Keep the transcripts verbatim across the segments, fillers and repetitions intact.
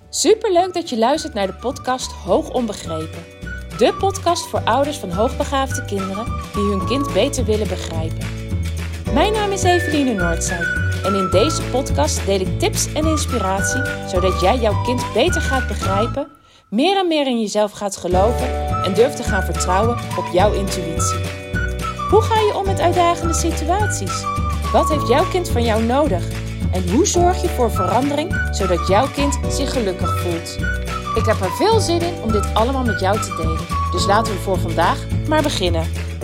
Superleuk dat je luistert naar de podcast Hoog Onbegrepen. De podcast voor ouders van hoogbegaafde kinderen die hun kind beter willen begrijpen. Mijn naam is Eveline Noordzij en in deze podcast deel ik tips en inspiratie zodat jij jouw kind beter gaat begrijpen, meer en meer in jezelf gaat geloven en durft te gaan vertrouwen op jouw intuïtie. Hoe ga je om met uitdagende situaties? Wat heeft jouw kind van jou nodig? En hoe zorg je voor verandering, zodat jouw kind zich gelukkig voelt? Ik heb er veel zin in om dit allemaal met jou te delen. Dus laten we voor vandaag maar beginnen.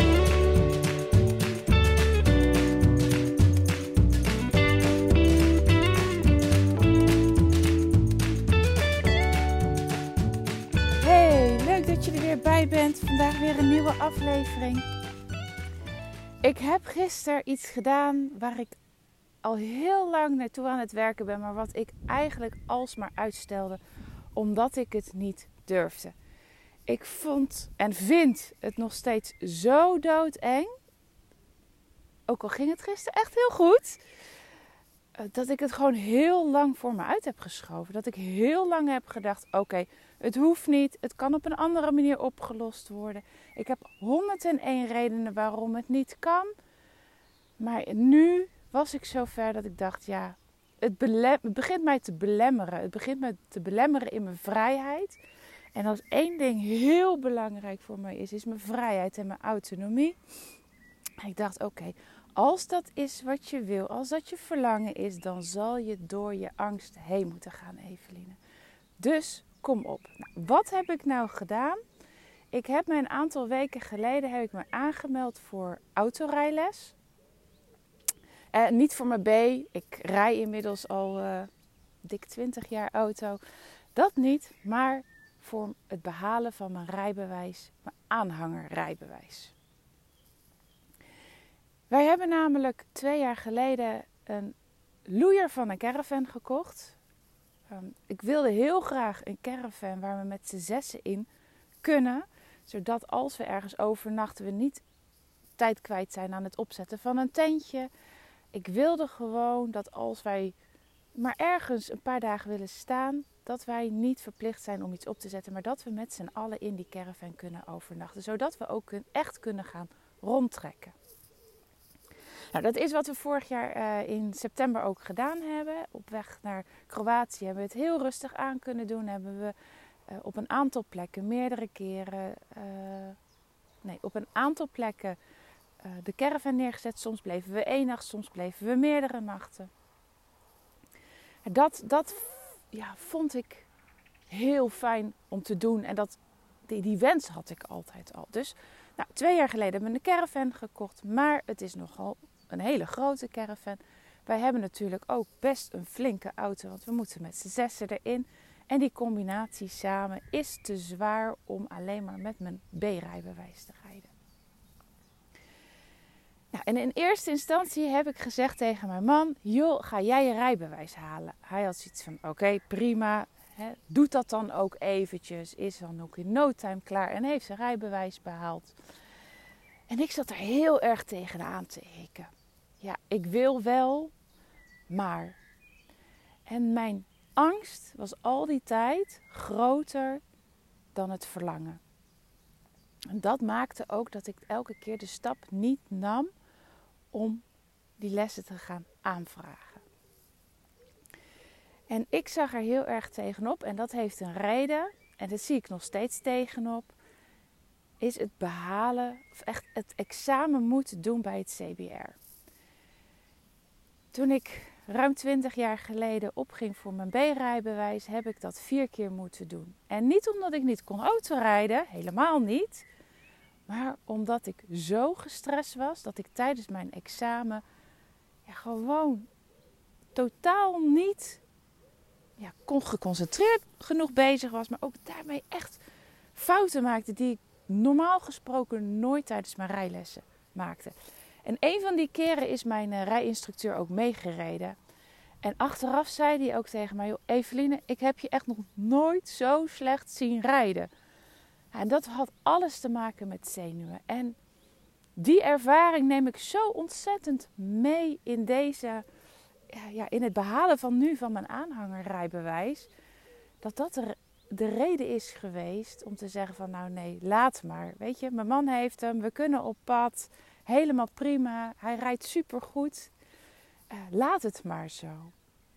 Hey, leuk dat je er weer bij bent. Vandaag weer een nieuwe aflevering. Ik heb gisteren iets gedaan waar ik al heel lang naartoe aan het werken ben, maar wat ik eigenlijk alsmaar uitstelde, omdat ik het niet durfde. Ik vond en vind het nog steeds zo doodeng, ook al ging het gisteren echt heel goed, dat ik het gewoon heel lang voor me uit heb geschoven. Dat ik heel lang heb gedacht, oké, okay, het hoeft niet, het kan op een andere manier opgelost worden. Ik heb honderd en één redenen waarom het niet kan, maar nu was ik zo ver dat ik dacht, ja, het, belem- het begint mij te belemmeren. Het begint mij te belemmeren in mijn vrijheid. En als één ding heel belangrijk voor mij is, is mijn vrijheid en mijn autonomie. En ik dacht, oké, okay, als dat is wat je wil, als dat je verlangen is, dan zal je door je angst heen moeten gaan, Eveline. Dus kom op. Nou, wat heb ik nou gedaan? Ik heb me een aantal weken geleden heb ik me aangemeld voor autorijles. Uh, niet voor mijn B. Ik rij inmiddels al uh, dik twintig jaar auto. Dat niet, maar voor het behalen van mijn rijbewijs, mijn aanhangerrijbewijs. Wij hebben namelijk twee jaar geleden een loeier van een caravan gekocht. Um, ik wilde heel graag een caravan waar we met z'n zessen in kunnen. Zodat als we ergens overnachten we niet tijd kwijt zijn aan het opzetten van een tentje. Ik wilde gewoon dat als wij maar ergens een paar dagen willen staan, dat wij niet verplicht zijn om iets op te zetten, maar dat we met z'n allen in die caravan kunnen overnachten. Zodat we ook echt kunnen gaan rondtrekken. Nou, dat is wat we vorig jaar uh, in september ook gedaan hebben. Op weg naar Kroatië hebben we het heel rustig aan kunnen doen. Hebben we uh, op een aantal plekken meerdere keren, uh, nee, op een aantal plekken Uh, de caravan neergezet. Soms bleven we één nacht, soms bleven we meerdere nachten. Dat, dat ja, vond ik heel fijn om te doen. En dat, die, die wens had ik altijd al. Dus nou, twee jaar geleden hebben we een caravan gekocht. Maar het is nogal een hele grote caravan. Wij hebben natuurlijk ook best een flinke auto. Want we moeten met z'n zessen erin. En die combinatie samen is te zwaar om alleen maar met mijn B-rijbewijs te rijden. Nou, en in eerste instantie heb ik gezegd tegen mijn man, joh, ga jij je rijbewijs halen? Hij had zoiets van, oké, okay, prima, hè, doet dat dan ook eventjes, is dan ook in no time klaar en heeft zijn rijbewijs behaald. En ik zat er heel erg tegenaan te hikken. Ja, ik wil wel, maar. En mijn angst was al die tijd groter dan het verlangen. En dat maakte ook dat ik elke keer de stap niet nam om die lessen te gaan aanvragen. En ik zag er heel erg tegenop. En dat heeft een reden. En dat zie ik nog steeds tegenop. Is het behalen. Of echt het examen moeten doen bij het C B R. Toen ik ruim twintig jaar geleden opging voor mijn B-rijbewijs. Heb ik dat vier keer moeten doen. En niet omdat ik niet kon autorijden. Helemaal niet. Maar omdat ik zo gestrest was, dat ik tijdens mijn examen ja, gewoon totaal niet ja, geconcentreerd genoeg bezig was. Maar ook daarmee echt fouten maakte die ik normaal gesproken nooit tijdens mijn rijlessen maakte. En een van die keren is mijn uh, rijinstructeur ook meegereden. En achteraf zei hij ook tegen mij, Eveline, ik heb je echt nog nooit zo slecht zien rijden. En dat had alles te maken met zenuwen. En die ervaring neem ik zo ontzettend mee in deze, ja, in het behalen van nu van mijn aanhangerrijbewijs. dat dat de, de reden is geweest om te zeggen van nou nee, laat maar. Weet je, mijn man heeft hem, we kunnen op pad, helemaal prima, hij rijdt supergoed. Uh, laat het maar zo.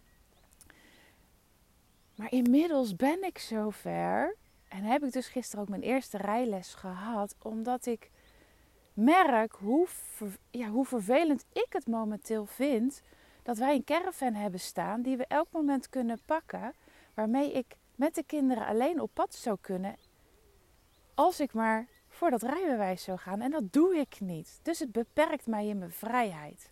Maar inmiddels ben ik zover en heb ik dus gisteren ook mijn eerste rijles gehad, omdat ik merk hoe, ver, ja, hoe vervelend ik het momenteel vind dat wij een caravan hebben staan die we elk moment kunnen pakken, waarmee ik met de kinderen alleen op pad zou kunnen als ik maar voor dat rijbewijs zou gaan. En dat doe ik niet. Dus het beperkt mij in mijn vrijheid.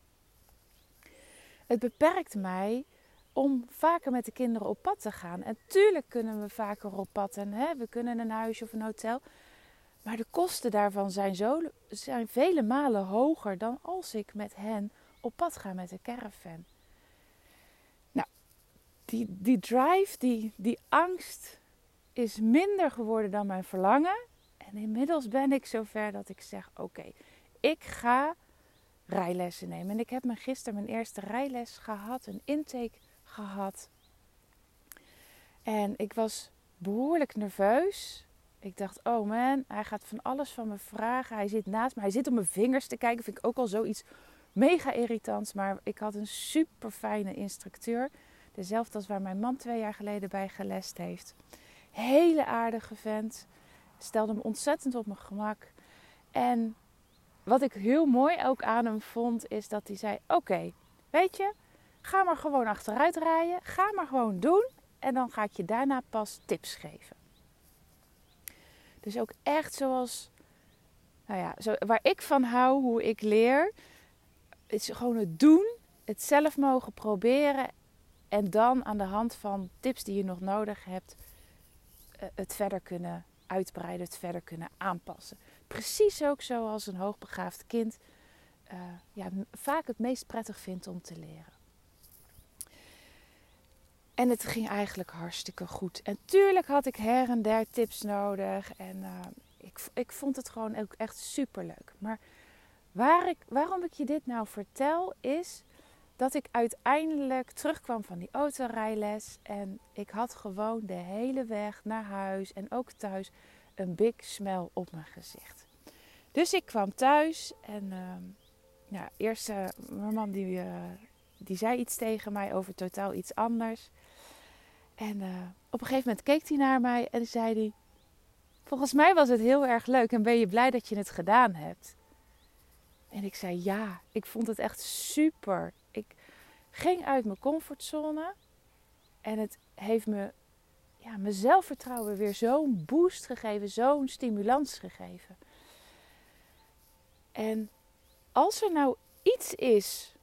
Het beperkt mij om vaker met de kinderen op pad te gaan. En tuurlijk kunnen we vaker op pad en hè, we kunnen een huisje of een hotel. Maar de kosten daarvan zijn, zo, zijn vele malen hoger dan als ik met hen op pad ga met de caravan. Nou, die, die drive, die, die angst is minder geworden dan mijn verlangen. En inmiddels ben ik zover dat ik zeg, oké, okay, ik ga rijlessen nemen. En ik heb me gisteren mijn eerste rijles gehad, een intake gehad. En ik was behoorlijk nerveus. Ik dacht, oh man, hij gaat van alles van me vragen. Hij zit naast me, hij zit op mijn vingers te kijken. Vind ik ook al zoiets mega irritants. Maar ik had een super fijne instructeur. Dezelfde als waar mijn man twee jaar geleden bij gelest heeft. Hele aardige vent. Stelde me ontzettend op mijn gemak. En wat ik heel mooi ook aan hem vond, is dat hij zei, oké, okay, weet je, ga maar gewoon achteruit rijden. Ga maar gewoon doen. En dan ga ik je daarna pas tips geven. Dus ook echt zoals, nou ja, zo, waar ik van hou, hoe ik leer, is gewoon het doen, het zelf mogen proberen en dan aan de hand van tips die je nog nodig hebt, het verder kunnen uitbreiden, het verder kunnen aanpassen. Precies ook zoals een hoogbegaafd kind uh, ja, vaak het meest prettig vindt om te leren. En het ging eigenlijk hartstikke goed. En tuurlijk had ik her en der tips nodig. En uh, ik, ik vond het gewoon ook echt superleuk. Maar waar ik, waarom ik je dit nou vertel is dat ik uiteindelijk terugkwam van die autorijles. En ik had gewoon de hele weg naar huis en ook thuis een big smile op mijn gezicht. Dus ik kwam thuis en uh, ja, eerst uh, mijn man die, uh, die zei iets tegen mij over totaal iets anders. En uh, op een gegeven moment keek hij naar mij en zei hij, volgens mij was het heel erg leuk en ben je blij dat je het gedaan hebt? En ik zei ja, ik vond het echt super. Ik ging uit mijn comfortzone en het heeft me, ja, mijn zelfvertrouwen weer zo'n boost gegeven, zo'n stimulans gegeven. En als er nou iets is,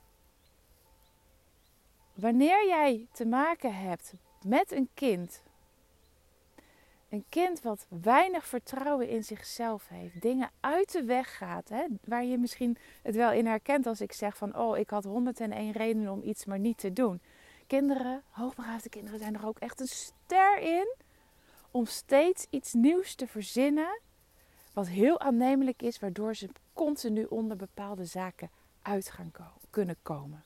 wanneer jij te maken hebt met een kind, een kind wat weinig vertrouwen in zichzelf heeft, dingen uit de weg gaat, hè, waar je misschien het wel in herkent als ik zeg van, oh, ik had honderd en één redenen om iets maar niet te doen. Kinderen, hoogbegaafde kinderen zijn er ook echt een ster in om steeds iets nieuws te verzinnen, wat heel aannemelijk is, waardoor ze continu onder bepaalde zaken uit gaan ko- kunnen komen.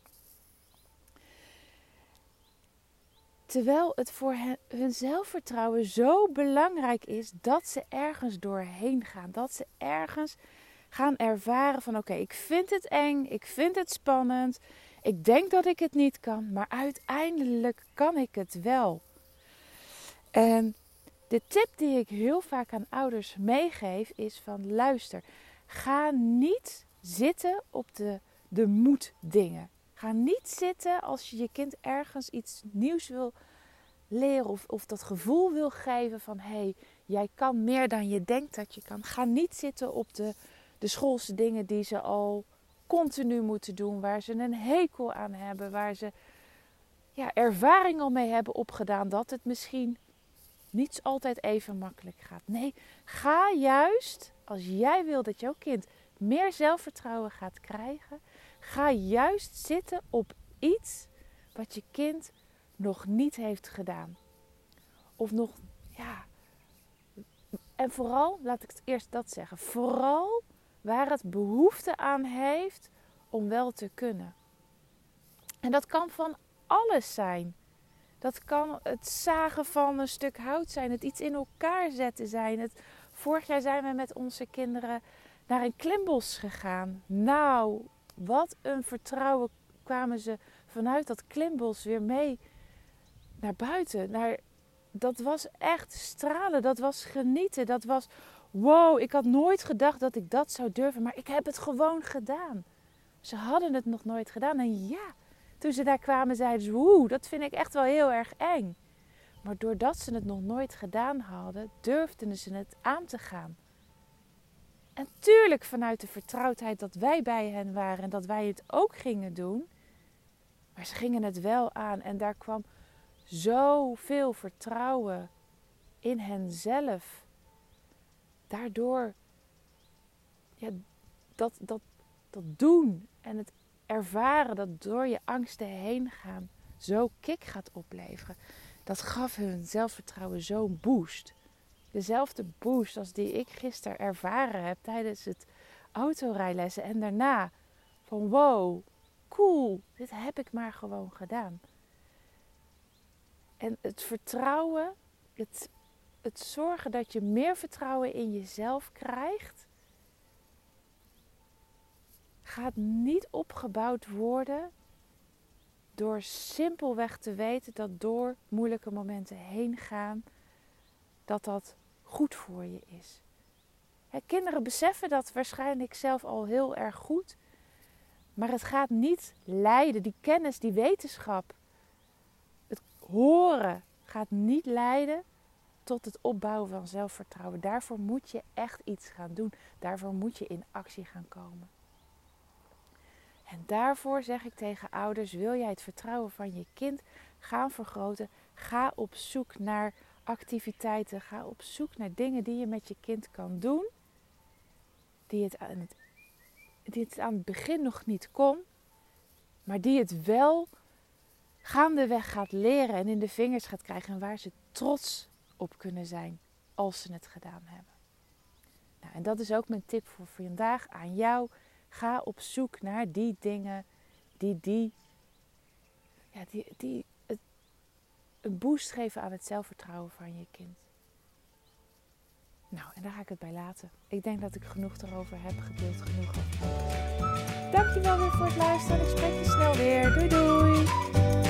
Terwijl het voor hen, hun zelfvertrouwen zo belangrijk is dat ze ergens doorheen gaan. Dat ze ergens gaan ervaren van oké, okay, ik vind het eng, ik vind het spannend. Ik denk dat ik het niet kan, maar uiteindelijk kan ik het wel. En de tip die ik heel vaak aan ouders meegeef is van luister, ga niet zitten op de, de moeddingen. Ga niet zitten als je je kind ergens iets nieuws wil leren of, of dat gevoel wil geven van hé, hey, jij kan meer dan je denkt dat je kan. Ga niet zitten op de, de schoolse dingen die ze al continu moeten doen, waar ze een hekel aan hebben, waar ze ja, ervaring al mee hebben opgedaan dat het misschien niet altijd even makkelijk gaat. Nee, ga juist, als jij wil dat jouw kind meer zelfvertrouwen gaat krijgen, ga juist zitten op iets wat je kind nog niet heeft gedaan. Of nog, ja. En vooral, laat ik het eerst dat zeggen. Vooral waar het behoefte aan heeft om wel te kunnen. En dat kan van alles zijn. Dat kan het zagen van een stuk hout zijn. Het iets in elkaar zetten zijn. Het, vorig jaar zijn we met onze kinderen naar een klimbos gegaan. Nou, wat een vertrouwen kwamen ze vanuit dat klimbos weer mee naar buiten. Naar, dat was echt stralen. Dat was genieten. Dat was, wow, ik had nooit gedacht dat ik dat zou durven. Maar ik heb het gewoon gedaan. Ze hadden het nog nooit gedaan. En ja, toen ze daar kwamen zeiden ze, oeh, dat vind ik echt wel heel erg eng. Maar doordat ze het nog nooit gedaan hadden, durfden ze het aan te gaan. En tuurlijk vanuit de vertrouwdheid dat wij bij hen waren en dat wij het ook gingen doen. Maar ze gingen het wel aan en daar kwam zoveel vertrouwen in henzelf. Daardoor, ja, dat, dat, dat doen en het ervaren dat door je angsten heen gaan zo kick gaat opleveren. Dat gaf hun zelfvertrouwen zo'n boost. Dezelfde boost als die ik gisteren ervaren heb tijdens het autorijlessen. En daarna van wow, cool, dit heb ik maar gewoon gedaan. En het vertrouwen, het, het zorgen dat je meer vertrouwen in jezelf krijgt, gaat niet opgebouwd worden door simpelweg te weten dat door moeilijke momenten heen gaan, dat dat goed voor je is. Hè, kinderen beseffen dat waarschijnlijk zelf al heel erg goed, maar het gaat niet leiden, die kennis, die wetenschap, het horen gaat niet leiden tot het opbouwen van zelfvertrouwen. Daarvoor moet je echt iets gaan doen, daarvoor moet je in actie gaan komen. En daarvoor zeg ik tegen ouders, wil jij het vertrouwen van je kind gaan vergroten, ga op zoek naar activiteiten, ga op zoek naar dingen die je met je kind kan doen, die het aan het, die het aan het begin nog niet kon, maar die het wel gaandeweg gaat leren en in de vingers gaat krijgen en waar ze trots op kunnen zijn als ze het gedaan hebben. Nou, en dat is ook mijn tip voor vandaag aan jou. Ga op zoek naar die dingen die, die, ja, die, die het, een boost geven aan het zelfvertrouwen van je kind. Nou, en daar ga ik het bij laten. Ik denk dat ik genoeg erover heb gedeeld, genoeg over. Dankjewel weer voor het luisteren. Ik spreek je snel weer. Doei doei!